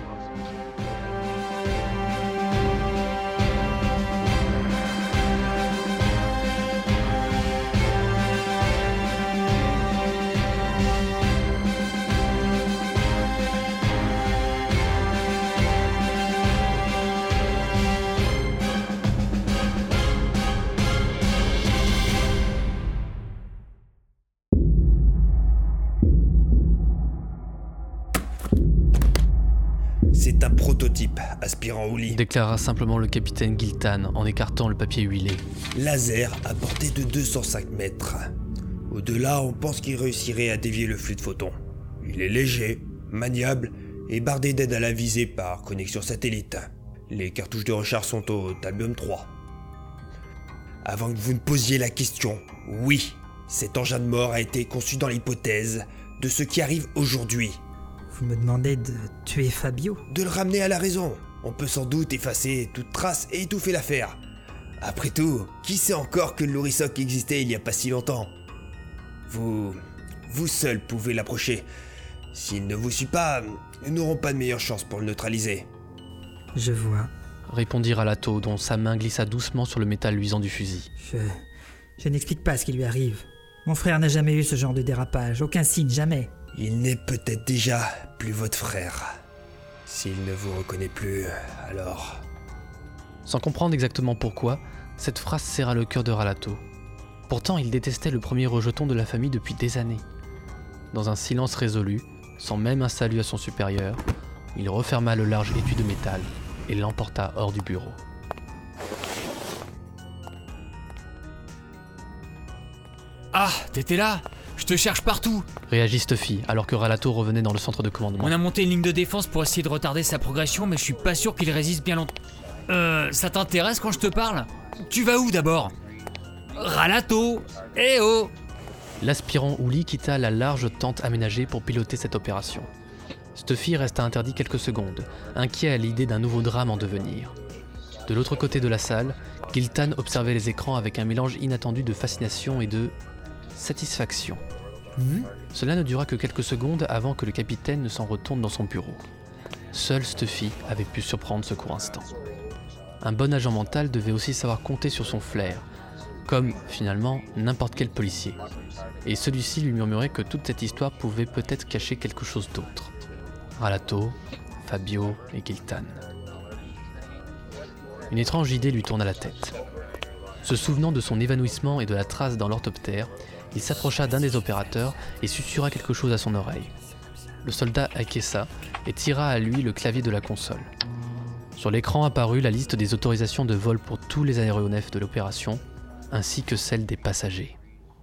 C'est un prototype, aspirant au lit. Déclara simplement le capitaine Giltan en écartant le papier huilé. Laser à portée de 205 mètres. Au-delà, on pense qu'il réussirait à dévier le flux de photons. Il est léger, maniable et bardé d'aide à la visée par connexion satellite. Les cartouches de recharge sont au Talbium 3. Avant que vous ne posiez la question, oui, cet engin de mort a été conçu dans l'hypothèse de ce qui arrive aujourd'hui. Vous me demandez de tuer Fabio ? De le ramener à la raison. On peut sans doute effacer toute trace et étouffer l'affaire. Après tout, qui sait encore que le Lourisoc existait il y a pas si longtemps? Vous seul pouvez l'approcher. S'il ne vous suit pas, nous n'aurons pas de meilleure chance pour le neutraliser. Je vois. Répondit Ralato, dont sa main glissa doucement sur le métal luisant du fusil. Je n'explique pas ce qui lui arrive. Mon frère n'a jamais eu ce genre de dérapage, aucun signe, jamais. Il n'est peut-être déjà plus votre frère. S'il ne vous reconnaît plus, alors... Sans comprendre exactement pourquoi, cette phrase serra le cœur de Ralato. Pourtant, il détestait le premier rejeton de la famille depuis des années. Dans un silence résolu, sans même un salut à son supérieur, il referma le large étui de métal et l'emporta hors du bureau. Ah, t'étais là? Je te cherche partout. Réagit Stuffy alors que Ralato revenait dans le centre de commandement. On a monté une ligne de défense pour essayer de retarder sa progression, mais je suis pas sûr qu'il résiste bien longtemps. Ça t'intéresse quand je te parle? Tu vas où d'abord? Ralato! Eh oh! L'aspirant Ouli quitta la large tente aménagée pour piloter cette opération. Stuffy resta interdit quelques secondes, inquiet à l'idée d'un nouveau drame en devenir. De l'autre côté de la salle, Giltan observait les écrans avec un mélange inattendu de fascination et de... satisfaction. Cela ne dura que quelques secondes avant que le capitaine ne s'en retourne dans son bureau. Seul Stuffy avait pu surprendre ce court instant. Un bon agent mental devait aussi savoir compter sur son flair, comme, finalement, n'importe quel policier. Et celui-ci lui murmurait que toute cette histoire pouvait peut-être cacher quelque chose d'autre. Ralato, Fabio et Giltan. Une étrange idée lui tourna la tête. Se souvenant de son évanouissement et de la trace dans l'orthoptère, il s'approcha d'un des opérateurs et susurra quelque chose à son oreille. Le soldat acquiesça et tira à lui le clavier de la console. Sur l'écran apparut la liste des autorisations de vol pour tous les aéronefs de l'opération, ainsi que celle des passagers.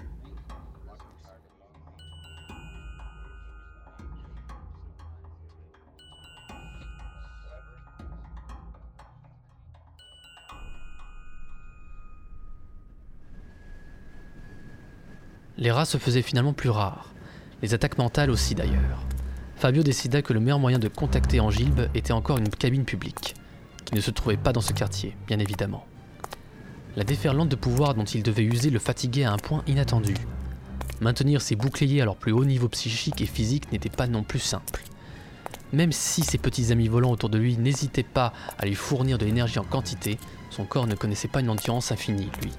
Les rats se faisaient finalement plus rares, les attaques mentales aussi d'ailleurs. Fabio décida que le meilleur moyen de contacter Angilbe était encore une cabine publique, qui ne se trouvait pas dans ce quartier, bien évidemment. La déferlante de pouvoir dont il devait user le fatiguait à un point inattendu. Maintenir ses boucliers à leur plus haut niveau psychique et physique n'était pas non plus simple. Même si ses petits amis volants autour de lui n'hésitaient pas à lui fournir de l'énergie en quantité, son corps ne connaissait pas une endurance infinie, lui.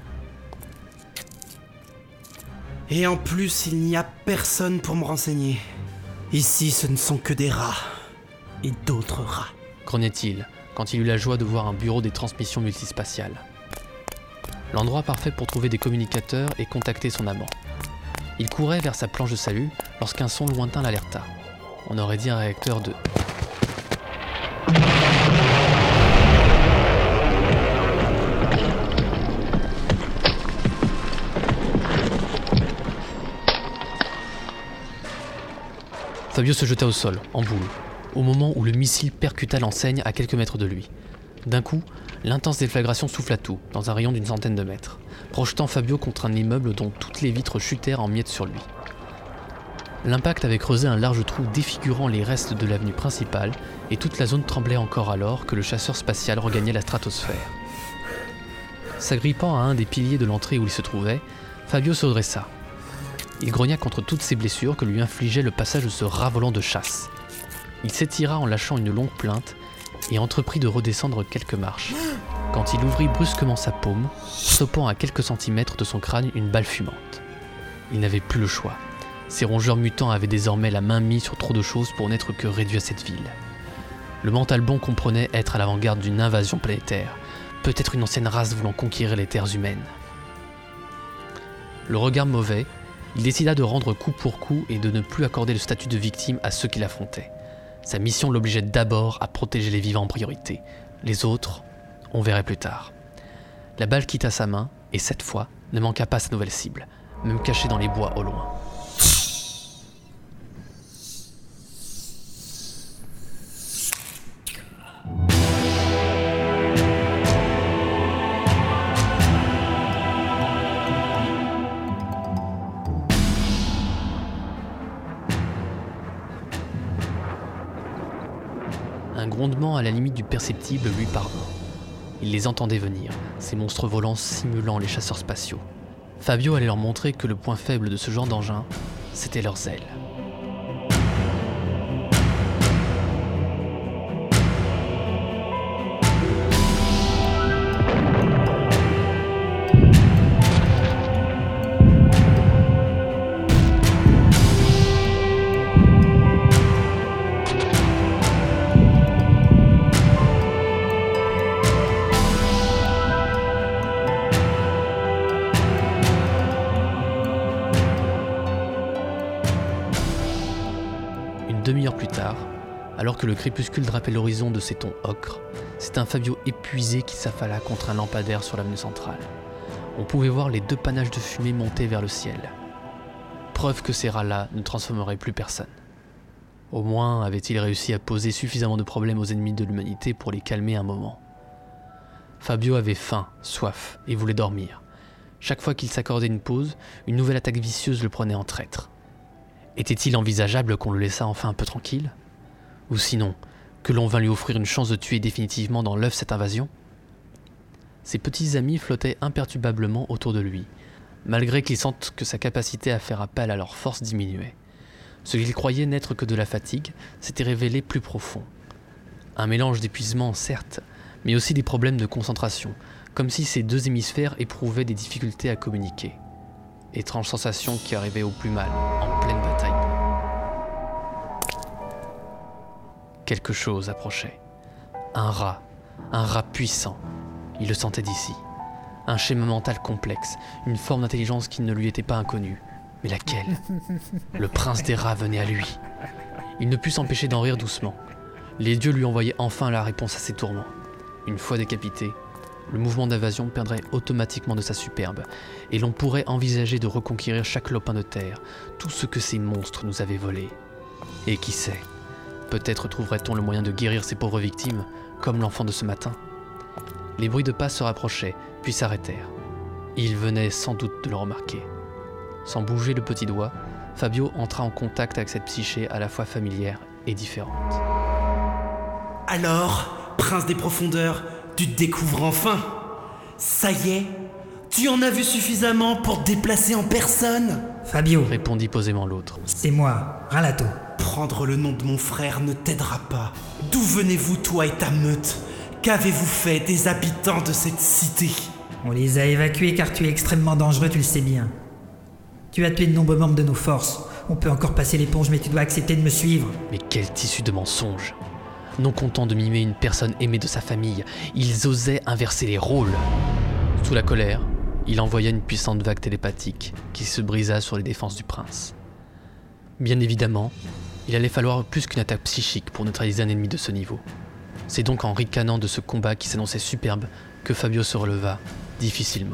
Et en plus, il n'y a personne pour me renseigner. Ici, ce ne sont que des rats. Et d'autres rats. Grognait-il, quand il eut la joie de voir un bureau des transmissions multispatiales. L'endroit parfait pour trouver des communicateurs et contacter son amant. Il courait vers sa planche de salut lorsqu'un son lointain l'alerta. On aurait dit un réacteur de... Fabio se jeta au sol, en boule, au moment où le missile percuta l'enseigne à quelques mètres de lui. D'un coup, l'intense déflagration souffla tout, dans un rayon d'une centaine de mètres, projetant Fabio contre un immeuble dont toutes les vitres chutèrent en miettes sur lui. L'impact avait creusé un large trou défigurant les restes de l'avenue principale, et toute la zone tremblait encore alors que le chasseur spatial regagnait la stratosphère. S'agrippant à un des piliers de l'entrée où il se trouvait, Fabio se dressa. Il grogna contre toutes ces blessures que lui infligeait le passage de ce rat volant de chasse. Il s'étira en lâchant une longue plainte et entreprit de redescendre quelques marches, quand il ouvrit brusquement sa paume, stoppant à quelques centimètres de son crâne une balle fumante. Il n'avait plus le choix. Ces rongeurs mutants avaient désormais la main mise sur trop de choses pour n'être que réduits à cette ville. Le mental bon comprenait être à l'avant-garde d'une invasion planétaire, peut-être une ancienne race voulant conquérir les terres humaines. Le regard mauvais, il décida de rendre coup pour coup et de ne plus accorder le statut de victime à ceux qui l'affrontaient. Sa mission l'obligeait d'abord à protéger les vivants en priorité. Les autres, on verrait plus tard. La balle quitta sa main et cette fois ne manqua pas sa nouvelle cible, même cachée dans les bois au loin. Un grondement à la limite du perceptible lui parvint. Il les entendait venir, ces monstres volants simulant les chasseurs spatiaux. Fabio allait leur montrer que le point faible de ce genre d'engin, c'était leurs ailes. Une demi-heure plus tard, alors que le crépuscule drapait l'horizon de ses tons ocre, c'est un Fabio épuisé qui s'affala contre un lampadaire sur l'avenue centrale. On pouvait voir les 2 panaches de fumée monter vers le ciel. Preuve que ces rats-là ne transformeraient plus personne. Au moins avait-il réussi à poser suffisamment de problèmes aux ennemis de l'humanité pour les calmer un moment. Fabio avait faim, soif et voulait dormir. Chaque fois qu'il s'accordait une pause, une nouvelle attaque vicieuse le prenait en traître. Était-il envisageable qu'on le laissât enfin un peu tranquille ? Ou sinon, que l'on vint lui offrir une chance de tuer définitivement dans l'œuf cette invasion ? Ses petits amis flottaient imperturbablement autour de lui, malgré qu'ils sentent que sa capacité à faire appel à leur force diminuait. Ce qu'ils croyaient n'être que de la fatigue s'était révélé plus profond. Un mélange d'épuisement, certes, mais aussi des problèmes de concentration, comme si ces 2 hémisphères éprouvaient des difficultés à communiquer. Étrange sensation qui arrivait au plus mal, en pleine bataille. Quelque chose approchait. Un rat puissant. Il le sentait d'ici. Un schéma mental complexe, une forme d'intelligence qui ne lui était pas inconnue. Mais laquelle ? Le prince des rats venait à lui. Il ne put s'empêcher d'en rire doucement. Les dieux lui envoyaient enfin la réponse à ses tourments. Une fois décapité, le mouvement d'invasion perdrait automatiquement de sa superbe, et l'on pourrait envisager de reconquérir chaque lopin de terre, tout ce que ces monstres nous avaient volé. Et qui sait, peut-être trouverait-on le moyen de guérir ces pauvres victimes, comme l'enfant de ce matin. Les bruits de pas se rapprochaient, puis s'arrêtèrent. Il venait sans doute de le remarquer. Sans bouger le petit doigt, Fabio entra en contact avec cette psyché à la fois familière et différente. Alors, prince des profondeurs, tu te découvres enfin. Ça y est, tu en as vu suffisamment pour te déplacer en personne. Fabio, Répondit posément l'autre. c'est moi, Ralato. Prendre le nom de mon frère ne t'aidera pas. D'où venez-vous, toi et ta meute ? Qu'avez-vous fait des habitants de cette cité ? On les a évacués car tu es extrêmement dangereux, tu le sais bien. Tu as tué de nombreux membres de nos forces. On peut encore passer l'éponge, mais tu dois accepter de me suivre. Mais quel tissu de mensonges ! Non content de mimer une personne aimée de sa famille, ils osaient inverser les rôles. Sous la colère, il envoya une puissante vague télépathique qui se brisa sur les défenses du prince. Bien évidemment, il allait falloir plus qu'une attaque psychique pour neutraliser un ennemi de ce niveau. C'est donc en ricanant de ce combat qui s'annonçait superbe que Fabio se releva, difficilement.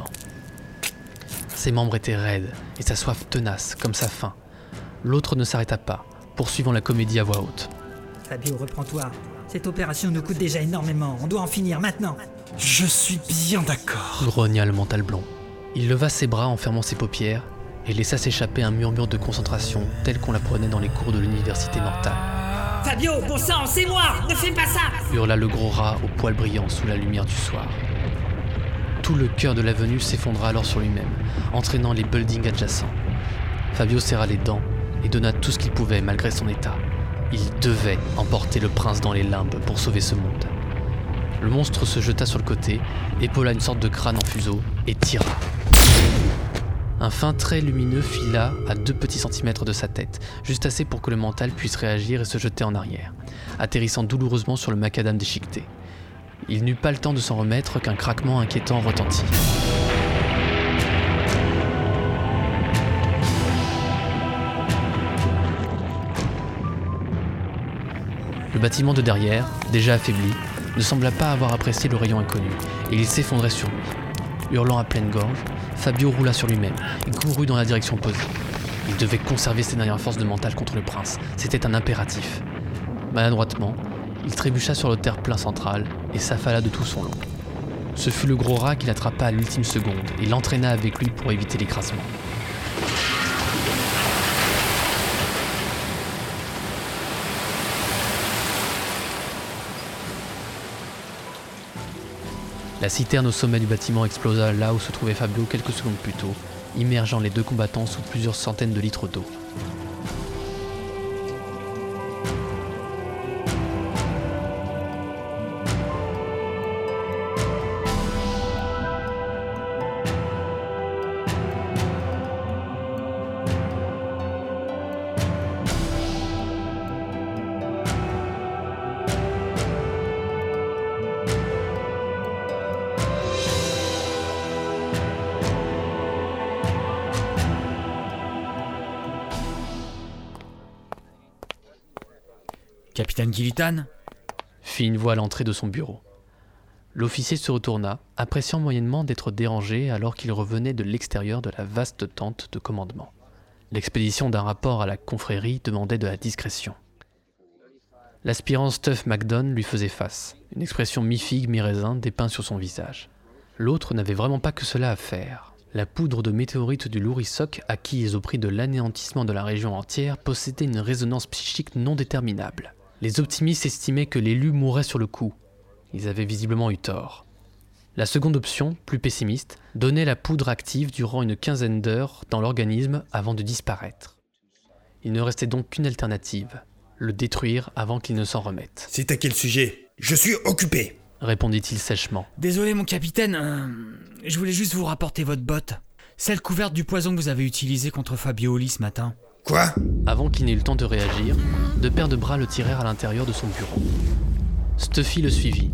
Ses membres étaient raides et sa soif tenace comme sa faim. L'autre ne s'arrêta pas, poursuivant la comédie à voix haute. Fabio, reprends-toi. Cette opération nous coûte déjà énormément. On doit en finir maintenant. Je suis bien d'accord. Grogna le mental blond. Il leva ses bras en fermant ses paupières et laissa s'échapper un murmure de concentration tel qu'on l'apprenait dans les cours de l'université mortale. Fabio, bon sang, c'est moi! Ne fais pas ça! Hurla le gros rat au poil brillant sous la lumière du soir. Tout le cœur de l'avenue s'effondra alors sur lui-même, entraînant les buildings adjacents. Fabio serra les dents et donna tout ce qu'il pouvait malgré son état. Il devait emporter le prince dans les limbes pour sauver ce monde. Le monstre se jeta sur le côté, épaula une sorte de crâne en fuseau et tira. Un fin trait lumineux fila à 2 petits centimètres de sa tête, juste assez pour que le mental puisse réagir et se jeter en arrière, atterrissant douloureusement sur le macadam déchiqueté. Il n'eut pas le temps de s'en remettre qu'un craquement inquiétant retentit. Le bâtiment de derrière, déjà affaibli, ne sembla pas avoir apprécié le rayon inconnu, et il s'effondrait sur lui. Hurlant à pleine gorge, Fabio roula sur lui-même et courut dans la direction opposée. Il devait conserver ses dernières forces de mental contre le prince, c'était un impératif. Maladroitement, il trébucha sur le terre-plein central et s'affala de tout son long. Ce fut le gros rat qui l'attrapa à l'ultime seconde et l'entraîna avec lui pour éviter l'écrasement. La citerne au sommet du bâtiment explosa là où se trouvait Fabio quelques secondes plus tôt, immergeant les deux combattants sous plusieurs centaines de litres d'eau. Capitaine Gillitan ? Fit une voix à l'entrée de son bureau. L'officier se retourna, appréciant moyennement d'être dérangé alors qu'il revenait de l'extérieur de la vaste tente de commandement. L'expédition d'un rapport à la confrérie demandait de la discrétion. L'aspirant Stuff McDonald lui faisait face, une expression mi-figue mi-raisin dépeinte sur son visage. L'autre n'avait vraiment pas que cela à faire. La poudre de météorite du Lourisoc, acquise au prix de l'anéantissement de la région entière, possédait une résonance psychique non déterminable. Les optimistes estimaient que l'élu mourrait sur le coup. Ils avaient visiblement eu tort. La seconde option, plus pessimiste, donnait la poudre active durant une quinzaine d'heures dans l'organisme avant de disparaître. Il ne restait donc qu'une alternative, le détruire avant qu'il ne s'en remette. C'est à quel sujet ? Je suis occupé ! Répondit-il sèchement. Désolé mon capitaine, je voulais juste vous rapporter votre botte. Celle couverte du poison que vous avez utilisé contre Fabio Oli ce matin. Quoi ? Avant qu'il n'ait eu le temps de réagir, deux paires de bras le tirèrent à l'intérieur de son bureau. Stuffy le suivit,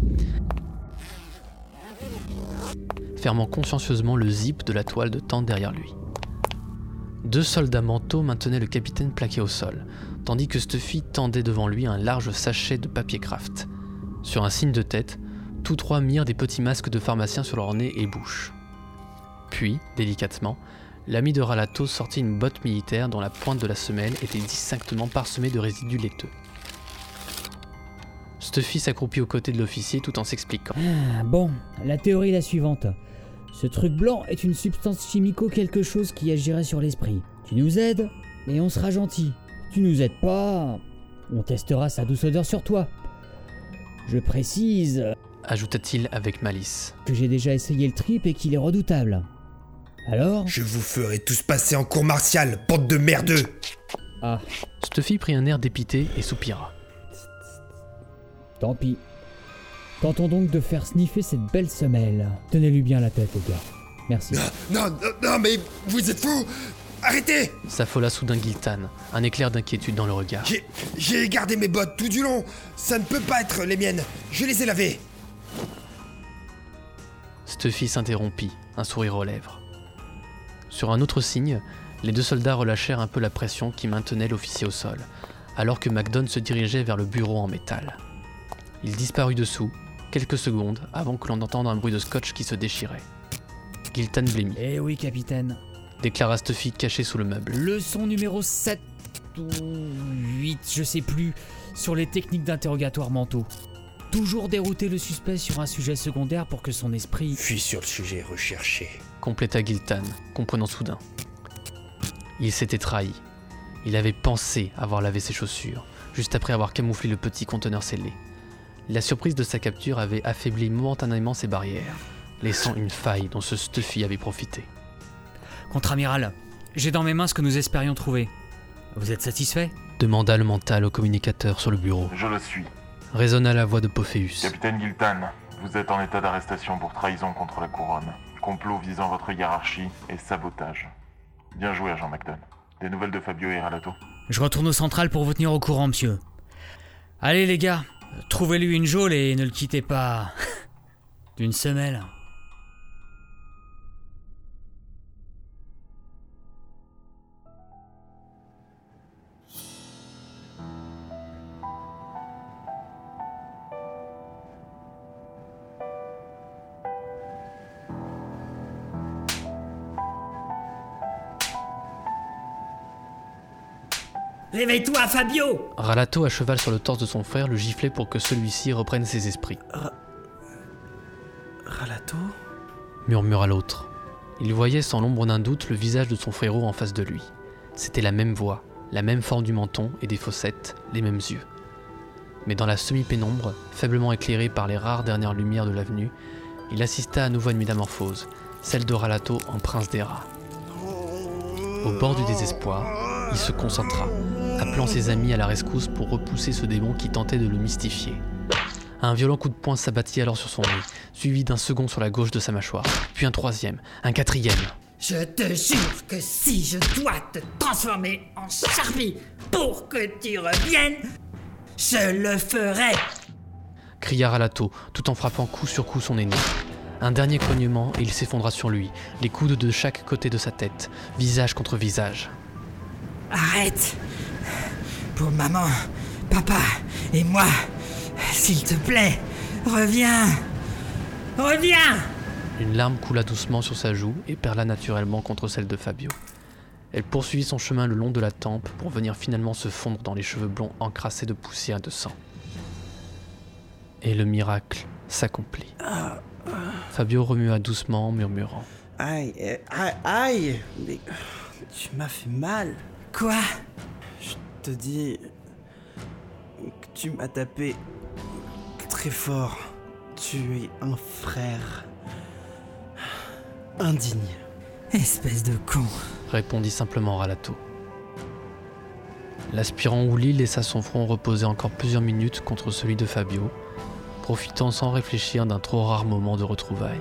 fermant consciencieusement le zip de la toile de tente derrière lui. Deux soldats manteaux maintenaient le capitaine plaqué au sol, tandis que Stuffy tendait devant lui un large sachet de papier craft. Sur un signe de tête, tous trois mirent des petits masques de pharmacien sur leur nez et bouche. Puis, délicatement, l'ami de Ralato sortit une botte militaire dont la pointe de la semelle était distinctement parsemée de résidus laiteux. Stuffy s'accroupit aux côtés de l'officier tout en s'expliquant. Bon, la théorie est la suivante. Ce truc blanc est une substance chimico quelque chose qui agirait sur l'esprit. Tu nous aides, et on sera gentil. Tu nous aides pas, on testera sa douce odeur sur toi. Je précise, ajouta-t-il avec malice, que j'ai déjà essayé le trip et qu'il est redoutable. Alors ? Je vous ferai tous passer en cour martiale, bande de merdeux ! Ah. Stuffy prit un air dépité et soupira. Tant pis. Tentons donc de faire sniffer cette belle semelle. Tenez-lui bien la tête, les gars. Merci. Non, mais vous êtes fous ! Arrêtez ! S'affola soudain Gillitan, un éclair d'inquiétude dans le regard. J'ai gardé mes bottes tout du long. Ça ne peut pas être les miennes. Je les ai lavées. Stuffy s'interrompit, un sourire aux lèvres. Sur un autre signe, les deux soldats relâchèrent un peu la pression qui maintenait l'officier au sol, alors que McDonald se dirigeait vers le bureau en métal. Il disparut dessous, quelques secondes avant que l'on entende un bruit de scotch qui se déchirait. Gillitan blêmit. Eh oui, capitaine. Déclara Stuffy caché sous le meuble. Leçon numéro 7 ou 8, je sais plus, sur les techniques d'interrogatoire mentaux. Toujours dérouter le suspect sur un sujet secondaire pour que son esprit... Fuis sur le sujet recherché. Compléta Gillitan, comprenant soudain. Il s'était trahi. Il avait pensé avoir lavé ses chaussures, juste après avoir camouflé le petit conteneur scellé. La surprise de sa capture avait affaibli momentanément ses barrières, laissant une faille dont ce Stuffy avait profité. Contre-amiral, j'ai dans mes mains ce que nous espérions trouver. Vous êtes satisfait ? Demanda le mental au communicateur sur le bureau. Je le suis. Résonna la voix de Pophéus. Capitaine Gillitan, vous êtes en état d'arrestation pour trahison contre la couronne, complot visant votre hiérarchie et sabotage. Bien joué, agent McDonald. Des nouvelles de Fabio et Ralato ? Je retourne au central pour vous tenir au courant, monsieur. Allez les gars, trouvez-lui une geôle et ne le quittez pas d'une semelle. Réveille-toi, Fabio! Ralato, à cheval sur le torse de son frère, le giflait pour que celui-ci reprenne ses esprits. Ralato ? Murmura l'autre. Il voyait sans l'ombre d'un doute le visage de son frérot en face de lui. C'était la même voix, la même forme du menton et des fossettes, les mêmes yeux. Mais dans la semi-pénombre, faiblement éclairée par les rares dernières lumières de l'avenue, il assista à nouveau à une métamorphose, celle de Ralato en prince des rats. Au bord du désespoir, il se concentra, appelant ses amis à la rescousse pour repousser ce démon qui tentait de le mystifier. Un violent coup de poing s'abattit alors sur son nez, suivi d'un second sur la gauche de sa mâchoire, puis un troisième, un quatrième. Je te jure que si je dois te transformer en charpie pour que tu reviennes, je le ferai. Cria Ralato, tout en frappant coup sur coup son aîné. Un dernier cognement et il s'effondra sur lui, les coudes de chaque côté de sa tête, visage contre visage. Arrête. Pour maman, papa et moi, s'il te plaît, reviens. Reviens. Une larme coula doucement sur sa joue et perla naturellement contre celle de Fabio. Elle poursuivit son chemin le long de la tempe pour venir finalement se fondre dans les cheveux blonds encrassés de poussière et de sang. Et le miracle s'accomplit. Fabio remua doucement, murmurant. Aïe, aïe, mais tu m'as fait mal. Quoi? Je te dis que tu m'as tapé très fort. Tu es un frère indigne. Espèce de con. Répondit simplement Ralato. L'aspirant Ouli laissa son front reposer encore plusieurs minutes contre celui de Fabio, profitant sans réfléchir d'un trop rare moment de retrouvailles.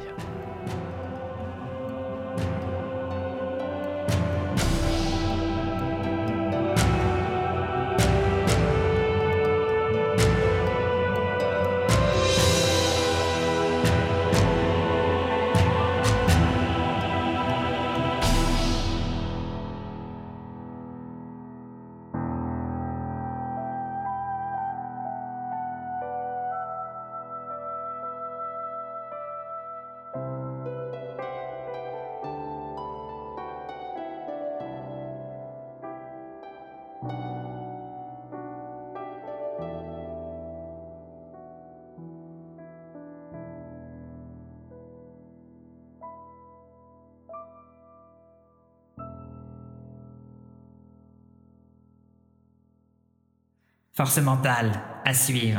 Force mentale, à suivre.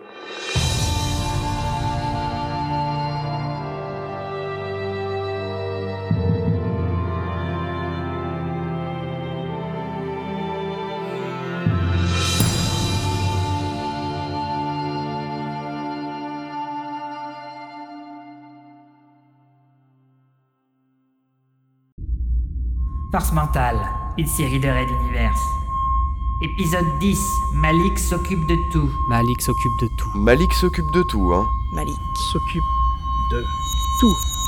Force mentale, une série de Red Universe. Épisode 10, Malik s'occupe de tout. Malik s'occupe de tout. Malik s'occupe de tout, hein. Malik s'occupe de tout.